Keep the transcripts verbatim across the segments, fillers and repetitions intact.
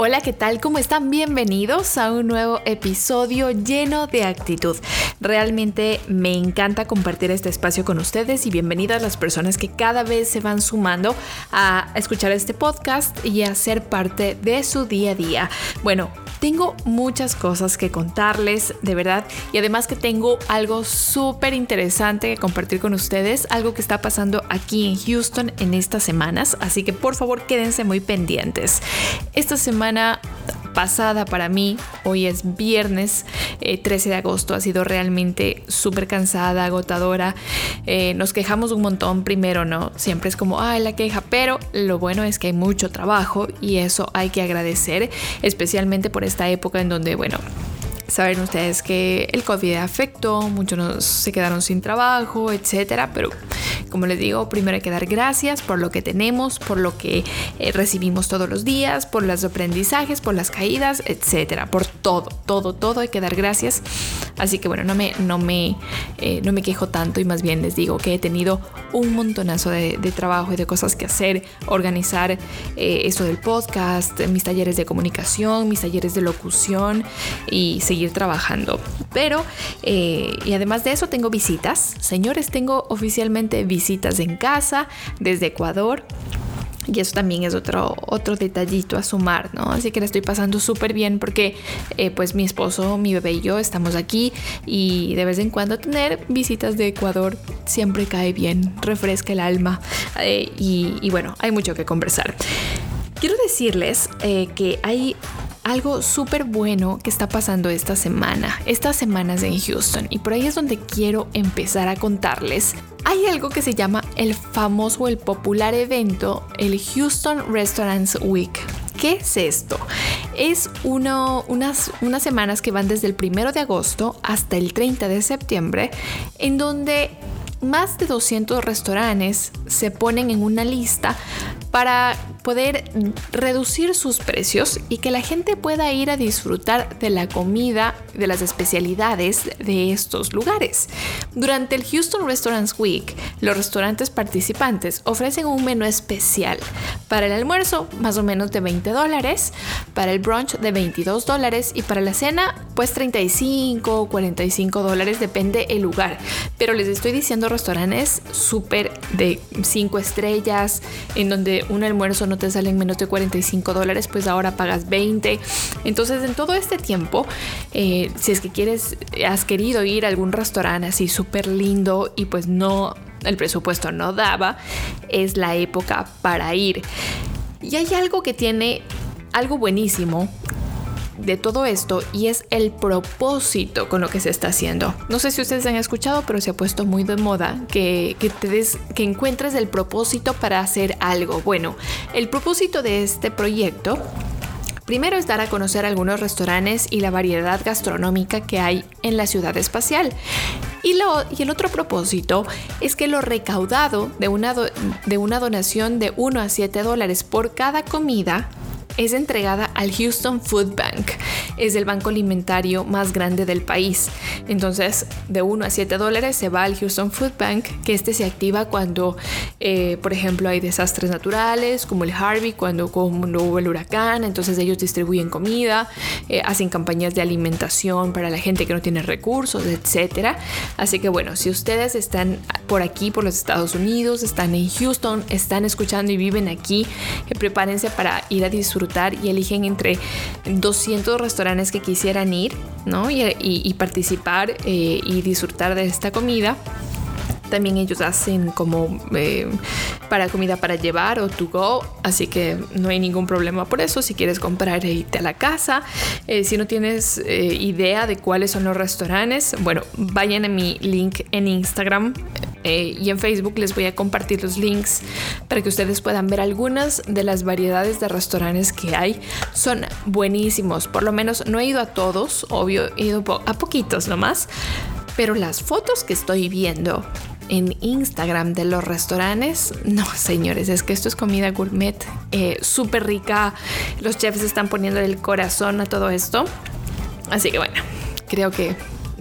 Hola, ¿qué tal? ¿Cómo están? Bienvenidos a un nuevo episodio lleno de actitud. Realmente me encanta compartir este espacio con ustedes y bienvenidas las personas que cada vez se van sumando a escuchar este podcast y a ser parte de su día a día. Bueno, tengo muchas cosas que contarles, de verdad, y además que tengo algo súper interesante que compartir con ustedes, algo que está pasando aquí en Houston en estas semanas, así que por favor quédense muy pendientes. Esta semana pasada para mí, hoy es viernes eh, trece de agosto, ha sido realmente súper cansada, agotadora. Eh, nos quejamos un montón primero, ¿no? Siempre es como, ay, la queja, pero lo bueno es que hay mucho trabajo y eso hay que agradecer, especialmente por esta época en donde, bueno, saben ustedes que el COVID afectó, muchos nos, se quedaron sin trabajo, etcétera, pero como les digo, primero hay que dar gracias por lo que tenemos, por lo que eh, recibimos todos los días, por los aprendizajes, por las caídas, etcétera, por todo, todo, todo hay que dar gracias. Así que bueno, no me, no me, eh, no me quejo tanto y más bien les digo que he tenido un montonazo de, de trabajo y de cosas que hacer, organizar eh, esto del podcast, mis talleres de comunicación, mis talleres de locución y seguir trabajando. Pero, eh, y además de eso tengo visitas, señores, tengo oficialmente visitas visitas en casa desde Ecuador y eso también es otro, otro detallito a sumar, ¿no? Así que la estoy pasando súper bien porque eh, pues mi esposo, mi bebé y yo estamos aquí y de vez en cuando tener visitas de Ecuador siempre cae bien, refresca el alma eh, y, y bueno, hay mucho que conversar. Quiero decirles eh, que hay algo súper bueno que está pasando esta semana, estas semanas en Houston, y por ahí es donde quiero empezar a contarles. Hay algo que se llama el famoso, el popular evento, el Houston Restaurants Week. ¿Qué es esto? Es uno, unas, unas semanas que van desde el primero de agosto hasta el treinta de septiembre, en donde más de doscientos restaurantes se ponen en una lista para poder reducir sus precios y que la gente pueda ir a disfrutar de la comida, de las especialidades de estos lugares. Durante el Houston Restaurants Week, los restaurantes participantes ofrecen un menú especial. Para el almuerzo, más o menos de veinte dólares, para el brunch de veintidós dólares y para la cena, pues treinta y cinco o cuarenta y cinco dólares, depende el lugar. Pero les estoy diciendo restaurantes súper de cinco estrellas, en donde un almuerzo no te sale en menos de cuarenta y cinco dólares, pues ahora pagas veinte. Entonces, en todo este tiempo, eh, si es que quieres, has querido ir a algún restaurante así súper lindo y pues no, el presupuesto no daba, es la época para ir. Y hay algo que tiene algo buenísimo de todo esto y es el propósito con lo que se está haciendo. No sé si ustedes han escuchado, pero se ha puesto muy de moda que, que, te des, que encuentres el propósito para hacer algo. Bueno, el propósito de este proyecto primero es dar a conocer algunos restaurantes y la variedad gastronómica que hay en la ciudad espacial. Y, lo, y el otro propósito es que lo recaudado de una, do, de una donación de uno a siete dólares por cada comida es entregada al Houston Food Bank. Es el banco alimentario más grande del país. Entonces, de uno a siete dólares se va al Houston Food Bank, que este se activa cuando, eh, por ejemplo, hay desastres naturales, como el Harvey, cuando, cuando hubo el huracán. Entonces, ellos distribuyen comida, eh, hacen campañas de alimentación para la gente que no tiene recursos, etcétera. Así que, bueno, si ustedes están por aquí, por los Estados Unidos, están en Houston, están escuchando y viven aquí, eh, prepárense para ir a disfrutar y eligen entre doscientos restaurantes que quisieran ir, ¿no? y, y, y participar eh, y disfrutar de esta comida. También ellos hacen como eh, para comida para llevar o to go, así que no hay ningún problema por eso. Si quieres comprar e irte a la casa, eh, si no tienes eh, idea de cuáles son los restaurantes, bueno, vayan a mi link en Instagram eh, y en Facebook. Les voy a compartir los links para que ustedes puedan ver algunas de las variedades de restaurantes que hay. Son buenísimos, por lo menos no he ido a todos, obvio, he ido a poquitos nomás, pero las fotos que estoy viendo en Instagram de los restaurantes, no, señores, es que esto es comida gourmet, eh, súper rica. Los chefs están poniendo el corazón a todo esto, así que bueno, creo que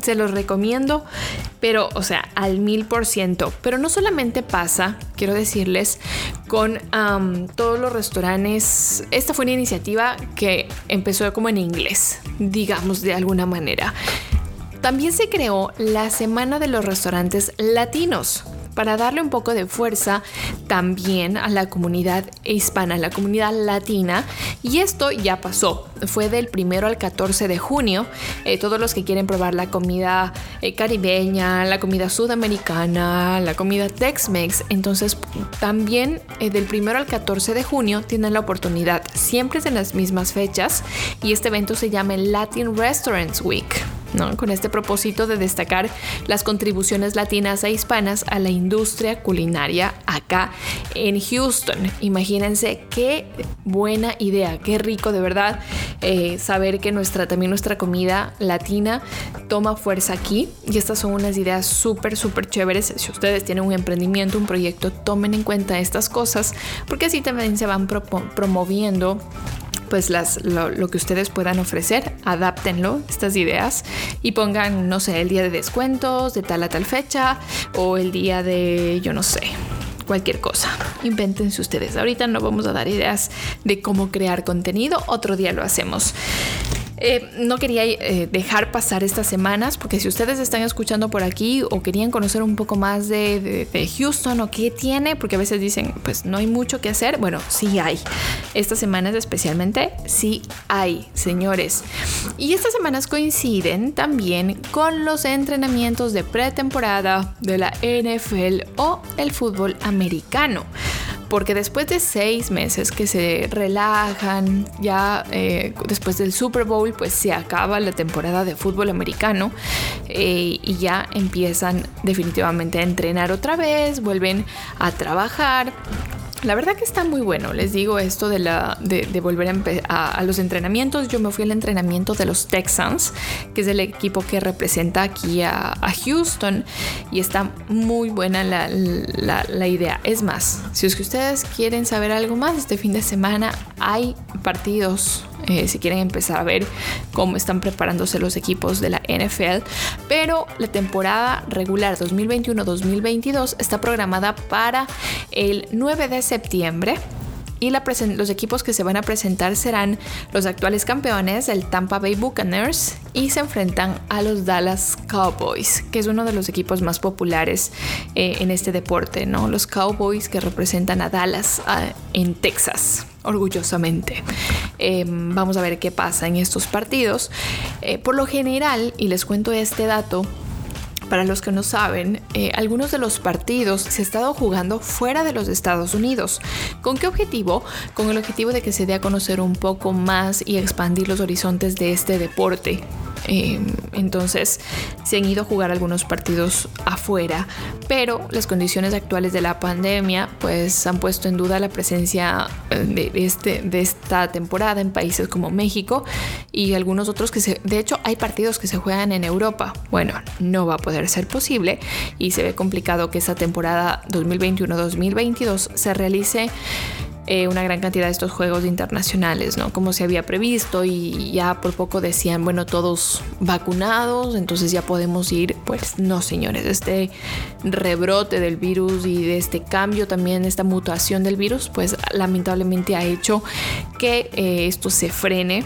se los recomiendo, pero, o sea, al mil por ciento. Pero no solamente pasa, quiero decirles, con um, todos los restaurantes. Esta fue una iniciativa que empezó como en inglés, digamos de alguna manera. También se creó la Semana de los Restaurantes Latinos, para darle un poco de fuerza también a la comunidad hispana, a la comunidad latina. Y esto ya pasó. Fue del primero al catorce de junio. Eh, todos los que quieren probar la comida eh, caribeña, la comida sudamericana, la comida Tex-Mex, entonces también eh, del primero al catorce de junio tienen la oportunidad. Siempre es en las mismas fechas y este evento se llama Latin Restaurants Week, ¿no? Con este propósito de destacar las contribuciones latinas e hispanas a la industria culinaria acá en Houston. Imagínense qué buena idea, qué rico de verdad eh, saber que nuestra, también nuestra comida latina toma fuerza aquí. Y estas son unas ideas súper, súper chéveres. Si ustedes tienen un emprendimiento, un proyecto, tomen en cuenta estas cosas, porque así también se van pro- promoviendo pues las, lo, lo que ustedes puedan ofrecer. Adáptenlo, estas ideas, y pongan, no sé, el día de descuentos de tal a tal fecha, o el día de, yo no sé, cualquier cosa. Invéntense ustedes. Ahorita no vamos a dar ideas de cómo crear contenido, otro día lo hacemos. Eh, no quería eh, dejar pasar estas semanas, porque si ustedes están escuchando por aquí o querían conocer un poco más de, de, de Houston o qué tiene, porque a veces dicen, pues no hay mucho que hacer. Bueno, sí hay. Estas semanas especialmente sí hay, señores. Y estas semanas coinciden también con los entrenamientos de pretemporada de la N F L o el fútbol americano. Porque después de seis meses que se relajan, ya eh, después del Super Bowl, pues se acaba la temporada de fútbol americano eh, y ya empiezan definitivamente a entrenar otra vez, vuelven a trabajar. La verdad que está muy bueno, les digo esto de, la, de, de volver a, empe- a, a los entrenamientos. Yo me fui al entrenamiento de los Texans, que es el equipo que representa aquí a, a Houston, y está muy buena la, la, la idea. Es más, si es que ustedes quieren saber algo más, este fin de semana hay partidos. Eh, si quieren empezar a ver cómo están preparándose los equipos de la N F L, pero la temporada regular dos mil veintiuno dos mil veintidós está programada para el nueve de septiembre. Y la presen- los equipos que se van a presentar serán los actuales campeones, el Tampa Bay Buccaneers, y se enfrentan a los Dallas Cowboys, que es uno de los equipos más populares eh, en este deporte, ¿no? Los Cowboys que representan a Dallas uh, en Texas, orgullosamente. Eh, vamos a ver qué pasa en estos partidos. Eh, por lo general, y les cuento este dato, para los que no saben, eh, algunos de los partidos se ha estado jugando fuera de los Estados Unidos. ¿Con qué objetivo? Con el objetivo de que se dé a conocer un poco más y expandir los horizontes de este deporte. Eh, entonces se han ido a jugar algunos partidos afuera, pero las condiciones actuales de la pandemia pues han puesto en duda la presencia de, de, este, de esta temporada en países como México y algunos otros que se, de hecho hay partidos que se juegan en Europa. Bueno, no va a poder ser posible y se ve complicado que esta temporada dos mil veintiuno dos mil veintidós se realice Eh, una gran cantidad de estos juegos internacionales, ¿no? Como se había previsto, y ya por poco decían, bueno, todos vacunados, entonces ya podemos ir. Pues no, señores, este rebrote del virus y de este cambio también, esta mutación del virus, pues lamentablemente ha hecho que eh, esto se frene.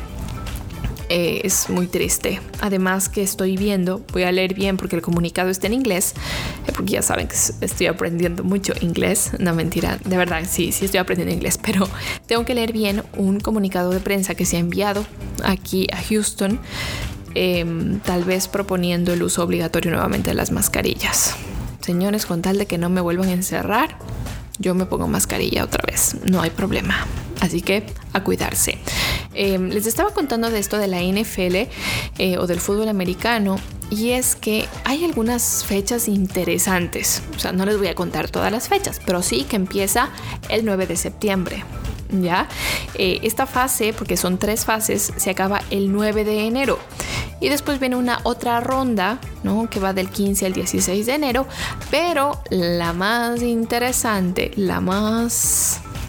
Eh, es muy triste. Además que estoy viendo, voy a leer bien porque el comunicado está en inglés, eh, porque ya saben que estoy aprendiendo mucho inglés. No, mentira, de verdad, sí, sí estoy aprendiendo inglés, pero tengo que leer bien un comunicado de prensa que se ha enviado aquí a Houston, eh, tal vez proponiendo el uso obligatorio nuevamente de las mascarillas. Señores, con tal de que no me vuelvan a encerrar, yo me pongo mascarilla otra vez, no hay problema. Así que a cuidarse. Eh, les estaba contando de esto de la N F L eh, o del fútbol americano, y es que hay algunas fechas interesantes. O sea, no les voy a contar todas las fechas, pero sí que empieza el nueve de septiembre. ¿Ya? Eh, esta fase, porque son tres fases, se acaba el nueve de enero. Y después viene una otra ronda, ¿no? Que va del quince al dieciséis de enero. Pero la más interesante, la más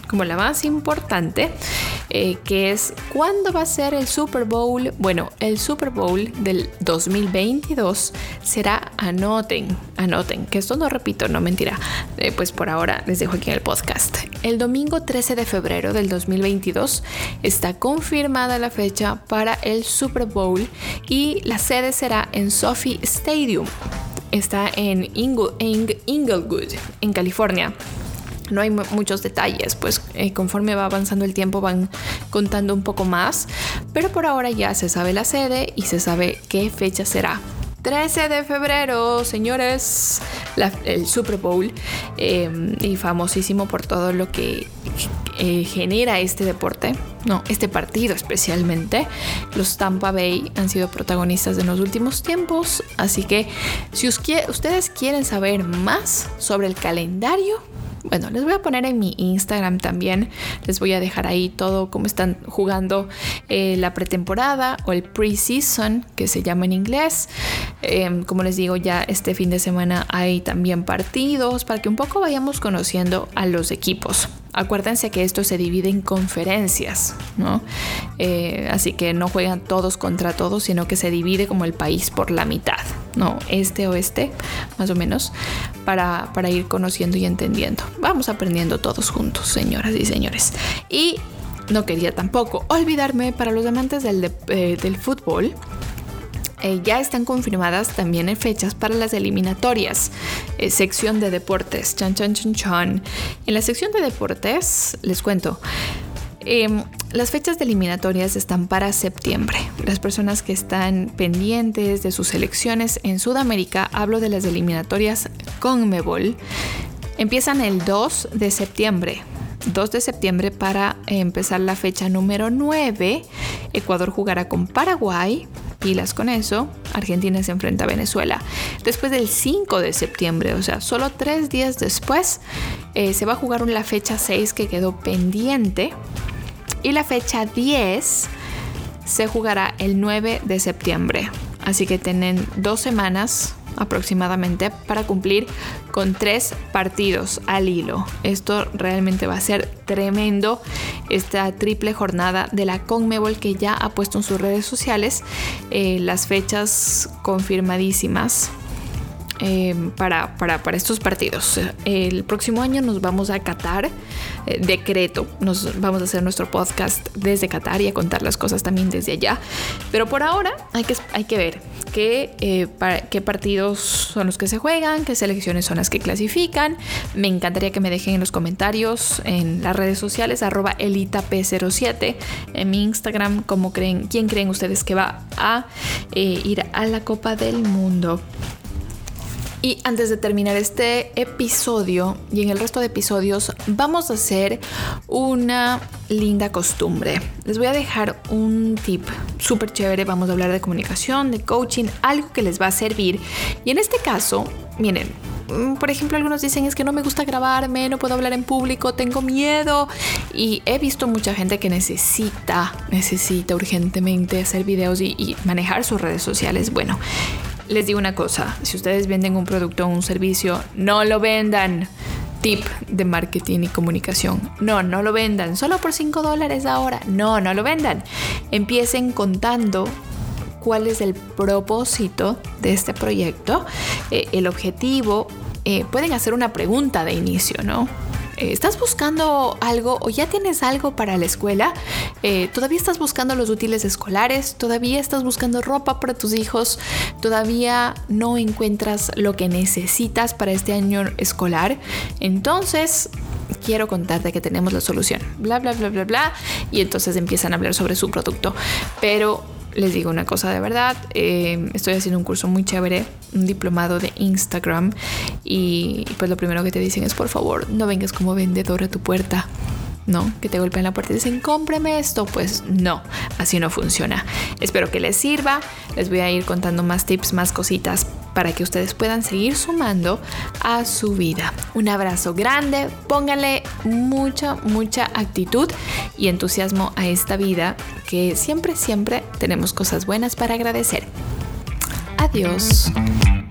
como la más importante, eh, que es ¿cuándo va a ser el Super Bowl? Bueno, el Super Bowl del dos mil veintidós será, anoten, anoten, que esto no repito, no mentira, eh, pues por ahora les dejo aquí en el podcast. El domingo trece de febrero del dos mil veintidós está confirmada la fecha para el Super Bowl y la sede será en SoFi Stadium. Está en Ingle, en Inglewood, en California. No hay m- muchos detalles, pues eh, conforme va avanzando el tiempo van contando un poco más, pero por ahora ya se sabe la sede y se sabe qué fecha será. trece de febrero, señores, la, el Super Bowl, eh, y famosísimo por todo lo que eh, genera este deporte, no, este partido especialmente. Los Tampa Bay han sido protagonistas en los últimos tiempos, así que si us- ustedes quieren saber más sobre el calendario, bueno, les voy a poner en mi Instagram también, les voy a dejar ahí todo cómo están jugando eh, la pretemporada o el pre-season, que se llama en inglés. Eh, como les digo, ya este fin de semana hay también partidos para que un poco vayamos conociendo a los equipos. Acuérdense que esto se divide en conferencias, ¿no? Eh, así que no juegan todos contra todos, sino que se divide como el país por la mitad, ¿no? Este oeste, más o menos, para, para ir conociendo y entendiendo. Vamos aprendiendo todos juntos, señoras y señores. Y no quería tampoco olvidarme, para los amantes del, de, eh, del fútbol, Eh, ya están confirmadas también en fechas para las eliminatorias. Eh, sección de deportes. Chan, chan, chan, chan. En la sección de deportes, les cuento, eh, las fechas de eliminatorias están para septiembre. Las personas que están pendientes de sus selecciones en Sudamérica, hablo de las eliminatorias CONMEBOL, empiezan el dos de septiembre. dos de septiembre para empezar la fecha número nueve. Ecuador jugará con Paraguay. Pilas con eso. Argentina se enfrenta a Venezuela. Después del cinco de septiembre, o sea, solo tres días después, eh, se va a jugar la fecha seis que quedó pendiente. Y la fecha diez se jugará el nueve de septiembre. Así que tienen dos semanas aproximadamente para cumplir con tres partidos al hilo. Esto realmente va a ser tremendo, esta triple jornada de la CONMEBOL, que ya ha puesto en sus redes sociales eh, las fechas confirmadísimas eh, para, para, para estos partidos. El próximo año nos vamos a Qatar, eh, decreto, nos vamos a hacer nuestro podcast desde Qatar y a contar las cosas también desde allá, pero por ahora hay que, hay que ver qué, eh, para, qué partidos son los que se juegan, qué selecciones son las que clasifican. Me encantaría que me dejen en los comentarios en las redes sociales arroba elita p cero siete, en mi Instagram, cómo creen, quién creen ustedes que va a eh, ir a la Copa del Mundo. Y antes de terminar este episodio y en el resto de episodios, vamos a hacer una linda costumbre. Les voy a dejar un tip súper chévere. Vamos a hablar de comunicación, de coaching, algo que les va a servir. Y en este caso, miren, por ejemplo, algunos dicen es que no me gusta grabarme, no puedo hablar en público, tengo miedo. Y he visto mucha gente que necesita, necesita urgentemente hacer videos y, y manejar sus redes sociales. Bueno, les digo una cosa, si ustedes venden un producto o un servicio, no lo vendan. Tip de marketing y comunicación. No, no lo vendan. Solo por cinco dólares ahora. No, no lo vendan. Empiecen contando cuál es el propósito de este proyecto, eh, el objetivo. Eh, pueden hacer una pregunta de inicio, ¿no? ¿Estás buscando algo o ya tienes algo para la escuela? Eh, ¿Todavía estás buscando los útiles escolares? ¿Todavía estás buscando ropa para tus hijos? ¿Todavía no encuentras lo que necesitas para este año escolar? Entonces, quiero contarte que tenemos la solución. Bla, bla, bla, bla, bla. Y entonces empiezan a hablar sobre su producto. Pero les digo una cosa de verdad, eh, estoy haciendo un curso muy chévere, un diplomado de Instagram, y pues lo primero que te dicen es, por favor, no vengas como vendedor a tu puerta, ¿no? Que te golpean la puerta y dicen, cómprame esto. Pues no, así no funciona. Espero que les sirva. Les voy a ir contando más tips, más cositas para que ustedes puedan seguir sumando a su vida. Un abrazo grande, pónganle mucha, mucha actitud y entusiasmo a esta vida, que siempre, siempre tenemos cosas buenas para agradecer. Adiós.